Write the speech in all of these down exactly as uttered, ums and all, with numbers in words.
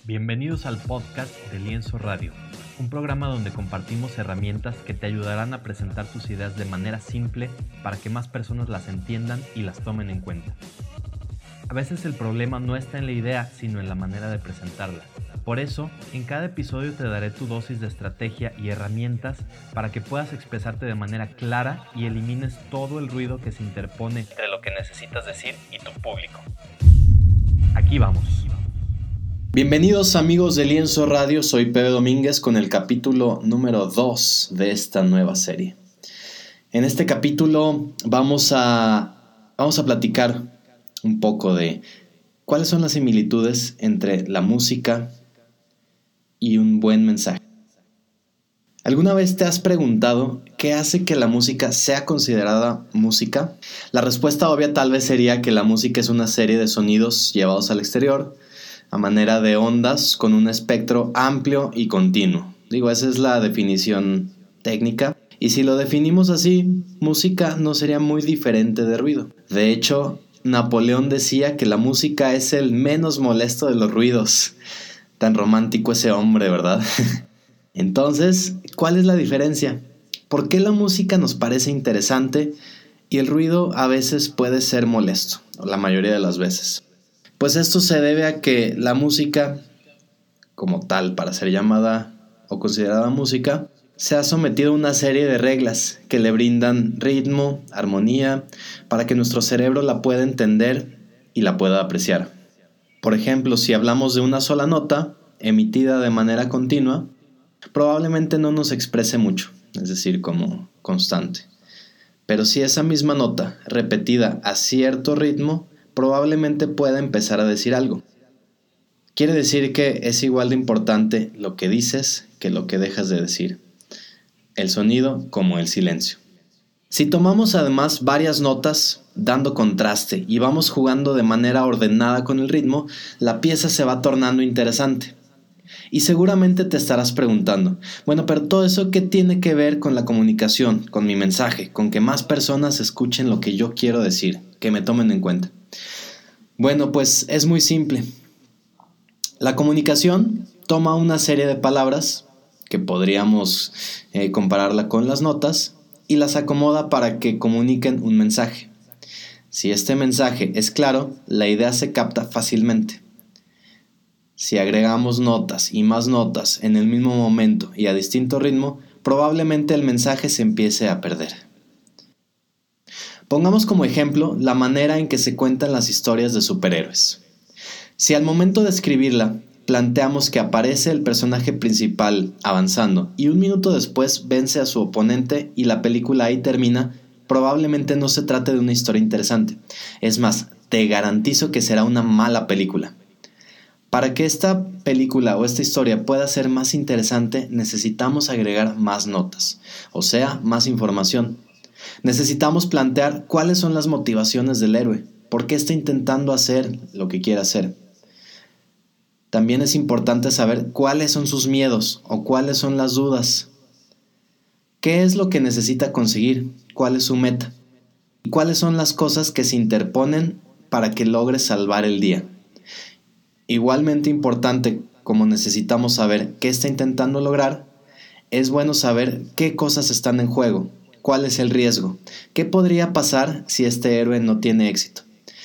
Bienvenidos al podcast de Lienzo Radio, un programa donde compartimos herramientas que te ayudarán a presentar tus ideas de manera simple para que más personas las entiendan y las tomen en cuenta. A veces el problema no está en la idea, sino en la manera de presentarla. Por eso, en cada episodio te daré tu dosis de estrategia y herramientas para que puedas expresarte de manera clara y elimines todo el ruido que se interpone entre lo que necesitas decir y tu público. Aquí vamos. Bienvenidos amigos de Lienzo Radio, soy Pepe Domínguez con el capítulo número dos de esta nueva serie. En este capítulo vamos a, vamos a platicar un poco de cuáles son las similitudes entre la música y un buen mensaje. ¿Alguna vez te has preguntado qué hace que la música sea considerada música? La respuesta obvia tal vez sería que la música es una serie de sonidos llevados al exterior a manera de ondas con un espectro amplio y continuo. Digo, esa es la definición técnica. Y si lo definimos así, música no sería muy diferente de ruido. De hecho, Napoleón decía que la música es el menos molesto de los ruidos. Tan romántico ese hombre, ¿verdad? Entonces, ¿cuál es la diferencia? ¿Por qué la música nos parece interesante y el ruido a veces puede ser molesto? O la mayoría de las veces. Pues esto se debe a que la música, como tal, para ser llamada o considerada música, se ha sometido a una serie de reglas que le brindan ritmo, armonía, para que nuestro cerebro la pueda entender y la pueda apreciar. Por ejemplo, si hablamos de una sola nota, emitida de manera continua, probablemente no nos exprese mucho, es decir, como constante. Pero si esa misma nota, repetida a cierto ritmo, probablemente pueda empezar a decir algo. Quiere decir que es igual de importante lo que dices que lo que dejas de decir. El sonido como el silencio. Si tomamos además varias notas dando contraste y vamos jugando de manera ordenada con el ritmo, la pieza se va tornando interesante. Y seguramente te estarás preguntando, bueno, pero todo eso ¿qué tiene que ver con la comunicación, con mi mensaje, con que más personas escuchen lo que yo quiero decir, que me tomen en cuenta? Bueno, pues es muy simple. La comunicación toma una serie de palabras, que podríamos eh, compararla con las notas, y las acomoda para que comuniquen un mensaje. Si este mensaje es claro, la idea se capta fácilmente. Si agregamos notas y más notas en el mismo momento y a distinto ritmo, probablemente el mensaje se empiece a perder. Pongamos como ejemplo la manera en que se cuentan las historias de superhéroes. Si al momento de escribirla planteamos que aparece el personaje principal avanzando y un minuto después vence a su oponente y la película ahí termina, probablemente no se trate de una historia interesante. Es más, te garantizo que será una mala película. Para que esta película o esta historia pueda ser más interesante, necesitamos agregar más notas, o sea, más información. Necesitamos plantear cuáles son las motivaciones del héroe, por qué está intentando hacer lo que quiere hacer. También es importante saber cuáles son sus miedos o cuáles son las dudas. ¿Qué es lo que necesita conseguir? ¿Cuál es su meta? ¿Y cuáles son las cosas que se interponen para que logre salvar el día? Igualmente importante, como necesitamos saber qué está intentando lograr, es bueno saber qué cosas están en juego. ¿Cuál es el riesgo? ¿Qué podría pasar si este héroe no tiene éxito?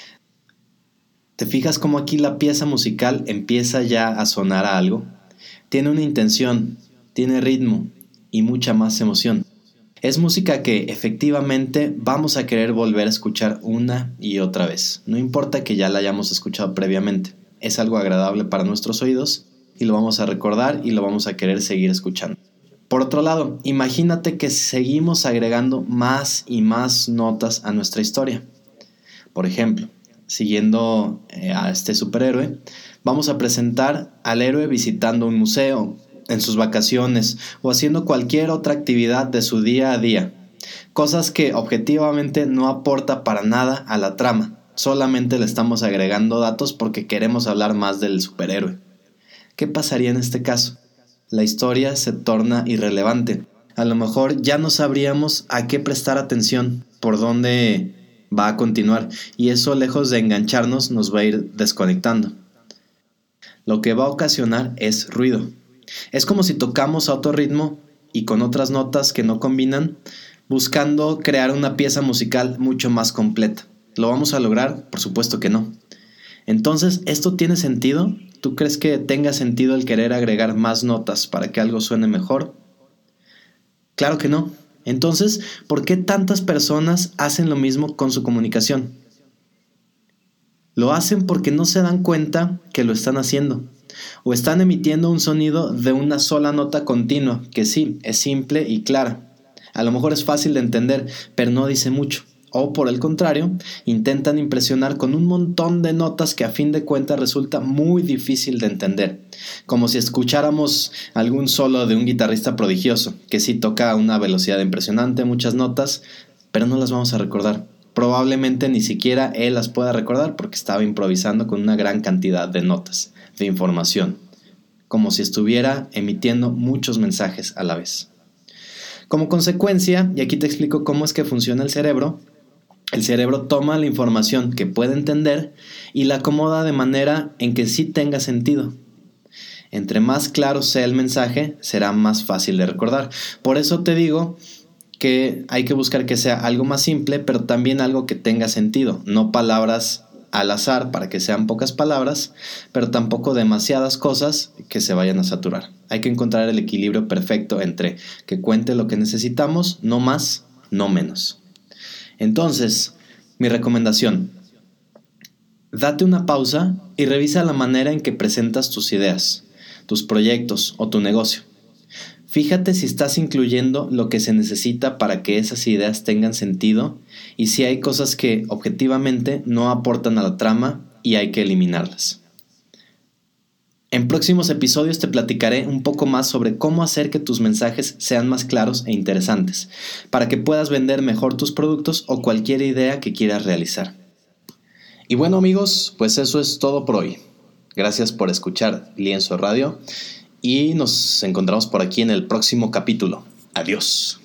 ¿Te fijas cómo aquí la pieza musical empieza ya a sonar a algo? Tiene una intención, tiene ritmo y mucha más emoción. Es música que efectivamente vamos a querer volver a escuchar una y otra vez. No importa que ya la hayamos escuchado previamente. Es algo agradable para nuestros oídos y lo vamos a recordar y lo vamos a querer seguir escuchando. Por otro lado, imagínate que seguimos agregando más y más notas a nuestra historia. Por ejemplo, siguiendo eh, a este superhéroe, vamos a presentar al héroe visitando un museo, en sus vacaciones o haciendo cualquier otra actividad de su día a día. Cosas que objetivamente no aporta para nada a la trama, solamente le estamos agregando datos porque queremos hablar más del superhéroe. ¿Qué pasaría en este caso? La historia se torna irrelevante. A lo mejor ya no sabríamos a qué prestar atención, por dónde va a continuar, y eso lejos de engancharnos nos va a ir desconectando. lo que va a ocasionar es ruido. Es como si tocamos a otro ritmo y con otras notas que no combinan, buscando crear una pieza musical mucho más completa. ¿Lo vamos a lograr? Por supuesto que no. Entonces, ¿esto tiene sentido? ¿Tú crees que tenga sentido el querer agregar más notas para que algo suene mejor? Claro que no. Entonces, ¿por qué tantas personas hacen lo mismo con su comunicación? Lo hacen porque no se dan cuenta que lo están haciendo, o están emitiendo un sonido de una sola nota continua, que sí, es simple y clara. A lo mejor es fácil de entender, pero no dice mucho. O por el contrario, intentan impresionar con un montón de notas que a fin de cuentas resulta muy difícil de entender. Como si escucháramos algún solo de un guitarrista prodigioso, que sí toca a una velocidad impresionante, muchas notas, pero no las vamos a recordar. Probablemente ni siquiera él las pueda recordar porque estaba improvisando con una gran cantidad de notas, de información, como si estuviera emitiendo muchos mensajes a la vez. Como consecuencia, y aquí te explico cómo es que funciona el cerebro, el cerebro toma la información que puede entender y la acomoda de manera en que sí tenga sentido. Entre más claro sea el mensaje, será más fácil de recordar. Por eso te digo que hay que buscar que sea algo más simple, pero también algo que tenga sentido. No palabras al azar para que sean pocas palabras, pero tampoco demasiadas cosas que se vayan a saturar. Hay que encontrar el equilibrio perfecto entre que cuente lo que necesitamos, no más, no menos. Entonces, mi recomendación: date una pausa y revisa la manera en que presentas tus ideas, tus proyectos o tu negocio. Fíjate si estás incluyendo lo que se necesita para que esas ideas tengan sentido y si hay cosas que objetivamente no aportan a la trama y hay que eliminarlas. En próximos episodios te platicaré un poco más sobre cómo hacer que tus mensajes sean más claros e interesantes, para que puedas vender mejor tus productos o cualquier idea que quieras realizar. Y bueno amigos, pues eso es todo por hoy. Gracias por escuchar Lienzo Radio y nos encontramos por aquí en el próximo capítulo. Adiós.